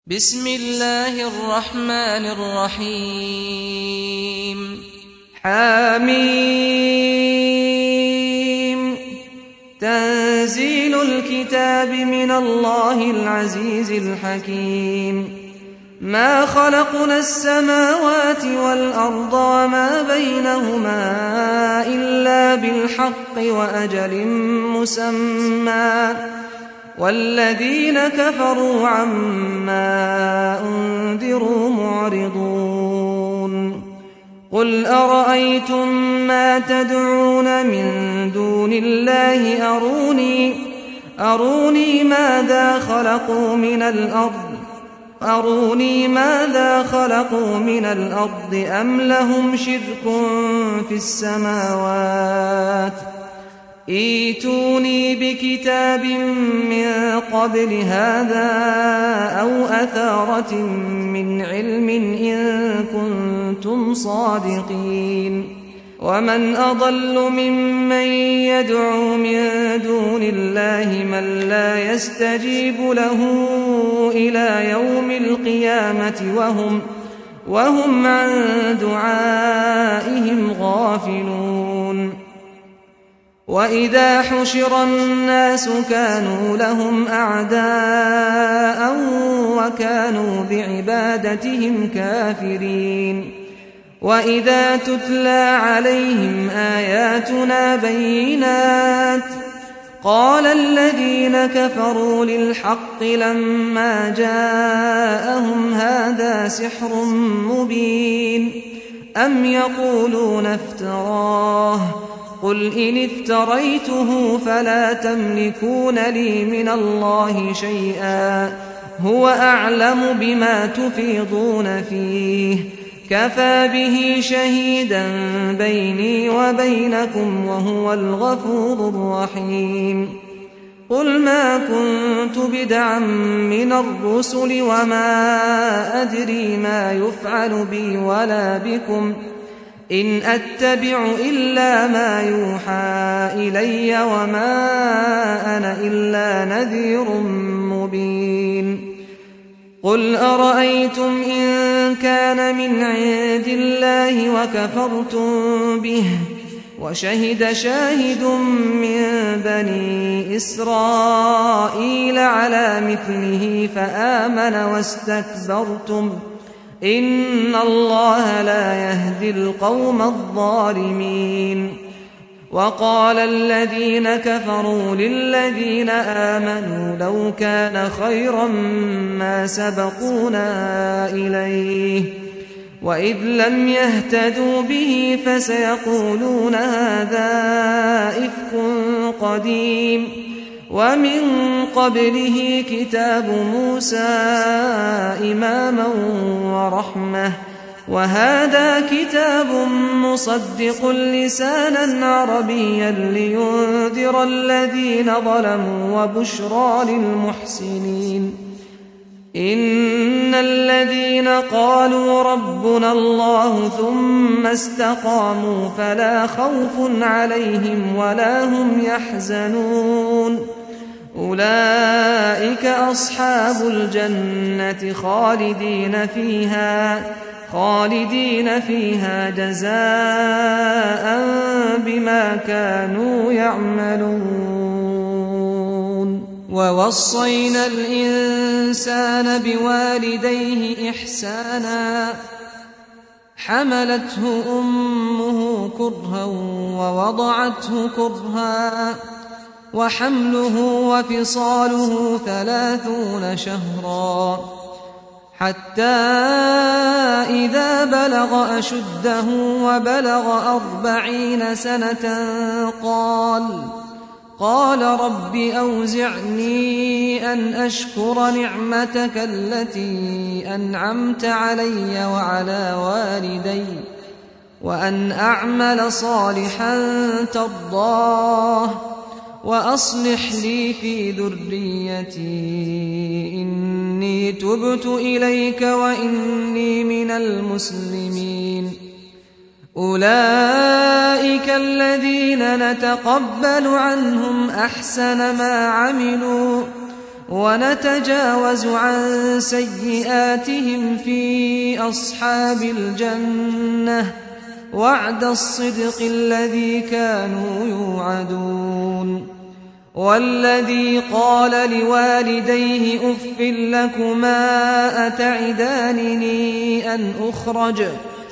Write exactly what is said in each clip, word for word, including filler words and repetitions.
بسم الله الرحمن الرحيم حميم تنزيل الكتاب من الله العزيز الحكيم ما خلقنا السماوات والأرض وما بينهما إلا بالحق وأجل مسمى والذين كفروا عما أنذروا معرضون قل أرأيتم ما تدعون من دون الله أروني أروني ماذا خلقوا من الأرض أروني ماذا خلقوا من الأرض أم لهم شرك في السماوات ائتوني بكتاب من قبل هذا أو أثارة من علم إن كنتم صادقين ومن أضل ممن يدعو من دون الله من لا يستجيب له إلى يوم القيامة وهم, وهم عن دعائهم غافلون وإذا حشر الناس كانوا لهم أعداء وكانوا بعبادتهم كافرين وإذا تتلى عليهم آياتنا بينات قال الذين كفروا للحق لما جاءهم هذا سحر مبين أم يقولون افتراه قل إن افتريته فلا تملكون لي من الله شيئا هو أعلم بما تفيضون فيه كفى به شهيدا بيني وبينكم وهو الغفور الرحيم قل ما كنت بدعا من الرسل وما أدري ما يفعل بي ولا بكم إن أتبع إلا ما يوحى إلي وما أنا إلا نذير مبين قل أرأيتم إن كان من عند الله وكفرتم به وشهد شاهد من بني إسرائيل على مثله فآمن واستكبرتم إن الله لا يهدي القوم الظالمين وقال الذين كفروا للذين آمنوا لو كان خيرا ما سبقونا إليه وإذ لم يهتدوا به فسيقولون هذا إفك قديم ومن قبله كتاب موسى إماما ورحمة وهذا كتاب مصدق لسانا عربيا لينذر الذين ظلموا وبشرى للمحسنين إن الذين قالوا ربنا الله ثم استقاموا فلا خوف عليهم ولا هم يحزنون أولئك أصحاب الجنة خالدين فيها خالدين فيها جزاء بما كانوا يعملون ووصينا الإنسان بوالديه إحسانا حملته أمه كرها ووضعته كرها وحمله وفصاله ثلاثون شهرا حتى إذا بلغ أشده وبلغ أربعين سنة قال قال رب أوزعني أن أشكر نعمتك التي أنعمت علي وعلى والدي وأن أعمل صالحا ترضاه وأصلح لي في ذريتي إني تبت إليك وإني من المسلمين أولئك الذين نتقبل عنهم أحسن ما عملوا ونتجاوز عن سيئاتهم في أصحاب الجنة وعد الصدق الذي كانوا يوعدون. والذي قال لوالديه أف لكما أتعدانني أن أخرج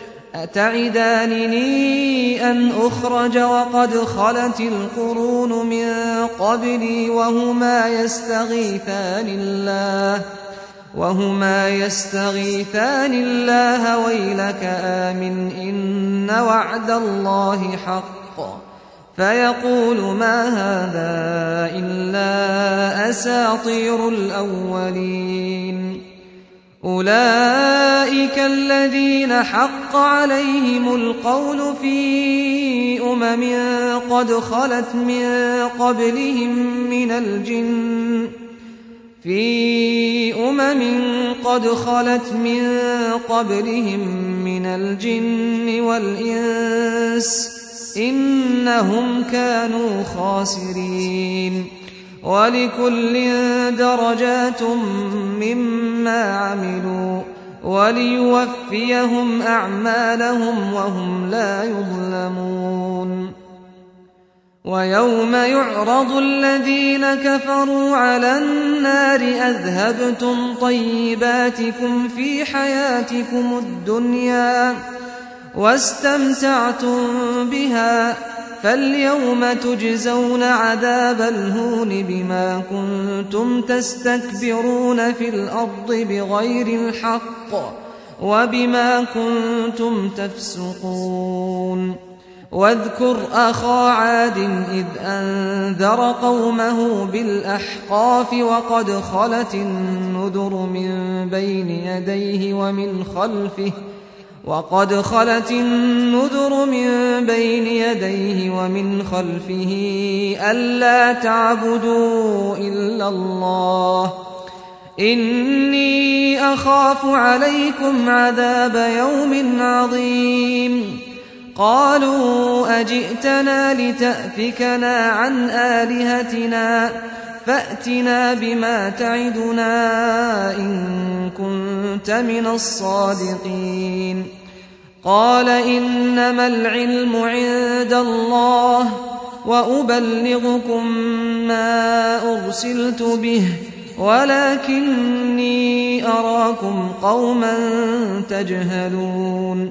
أتعدانني أن أخرج وقد خلت القرون من قبلي وهما يستغيثان الله وهما يستغيثان الله ويلك آمن إن وعد الله حق فيقول ما هذا إلا أساطير الأولين. أولئك الذين حق عليهم القول في أمم قد خلت من قبلهم من الجن في أمم قد خلت من قبلهم من الجن والإنس إنهم كانوا خاسرين. ولكل درجات مما عملوا وليوفيهم أعمالهم وهم لا يظلمون. ويوم يعرض الذين كفروا على النار أذهبتم طيباتكم في حياتكم الدنيا واستمتعتم بها فاليوم تجزون عذاب الهون بما كنتم تستكبرون في الأرض بغير الحق وبما كنتم تفسقون. واذكر أخا عاد إذ أنذر قومه بالأحقاف وقد خلت النذر من بين يديه ومن خلفه وقد خلت النذر من بين يديه ومن خلفه ألا تعبدوا إلا الله إني أخاف عليكم عذاب يوم عظيم. قالوا أجئتنا لتأفكنا عن آلهتنا فأتنا بما تعدنا إن كنت من الصادقين. قال إنما العلم عند الله وأبلغكم ما أرسلت به ولكني أراكم قوما تجهلون.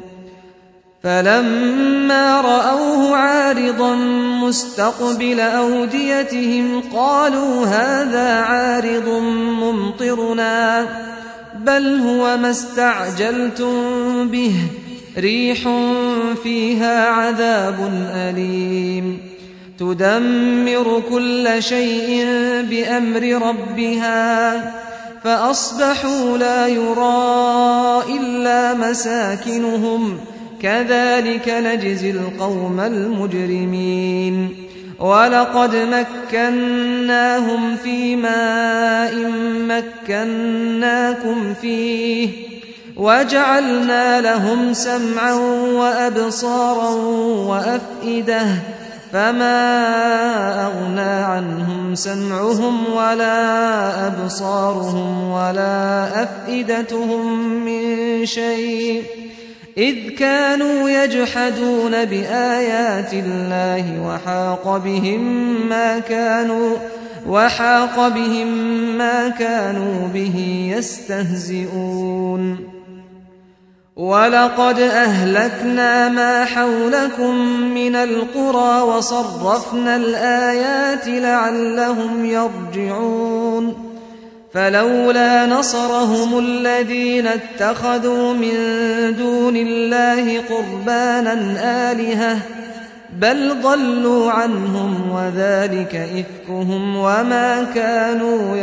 فلما رأوه عارضا مستقبل أوديتهم قالوا هذا عارض ممطرنا بل هو ما استعجلتم به ريح فيها عذاب أليم تدمر كل شيء بأمر ربها فأصبحوا لا يرى إلا مساكنهم كذلك نجزي القوم المجرمين. ولقد مكناهم في ماء مكناكم فيه وجعلنا لهم سمعا وأبصارا وأفئدة فما أغنى عنهم سمعهم ولا أبصارهم ولا أفئدتهم من شيء إذ كانوا يجحدون بآيات الله وحاق بهم ما كانوا وحاق بهم ما كانوا به يستهزئون. ولقد أهلكنا ما حولكم من القرى وصرفنا الآيات لعلهم يرجعون. فلولا نصرهم الذين اتخذوا من دون الله قربانا آلهة بل ضلوا عنهم وذلك إفكهم وما كانوا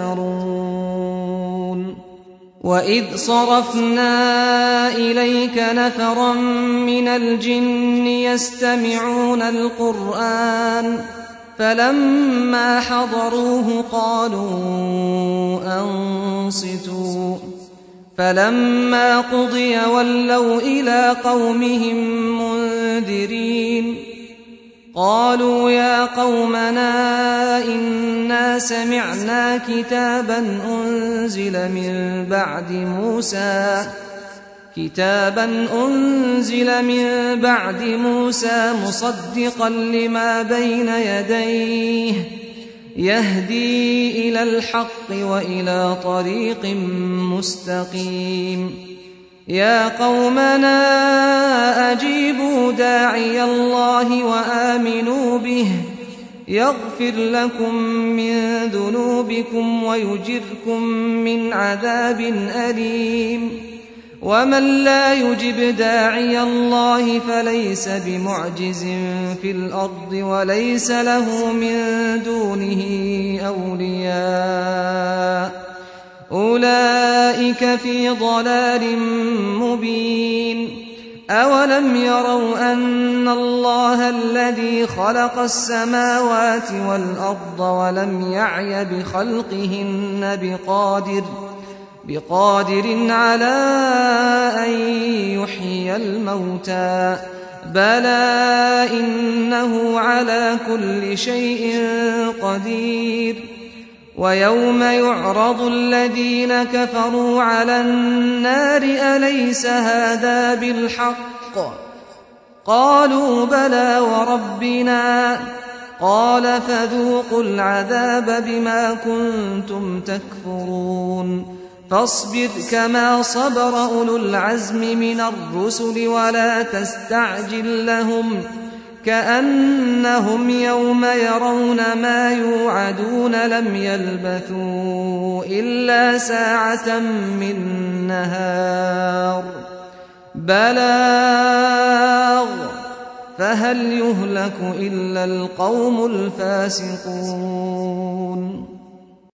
يفترون. وإذ صرفنا إليك نفرا من الجن يستمعون القرآن فلما حضروه قالوا أنصتوا فلما قضي ولوا إلى قومهم منذرين. قالوا يا قومنا إنا سمعنا كتابا أنزل من بعد موسى كتابا أنزل من بعد موسى مصدقا لما بين يديه يهدي إلى الحق وإلى طريق مستقيم يا قومنا أجيبوا داعي الله وآمنوا به يغفر لكم من ذنوبكم ويجركم من عذاب أليم ومن لا يجب داعي الله فليس بمعجز في الأرض وليس له من دونه أولياء أولئك في ضلال مبين أولم يروا أن الله الذي خلق السماوات والأرض ولم يعي بخلقهن بقادر بقادر على أن يحيي الموتى بلى إنه على كل شيء قدير ويوم يعرض الذين كفروا على النار أليس هذا بالحق قالوا بلى وربنا قال فذوقوا العذاب بما كنتم تكفرون فاصبر كما صبر أولو العزم من الرسل ولا تستعجل لهم كأنهم يوم يرون ما يوعدون لم يلبثوا إلا ساعة من نهار بلاغ فهل يهلك إلا القوم الفاسقون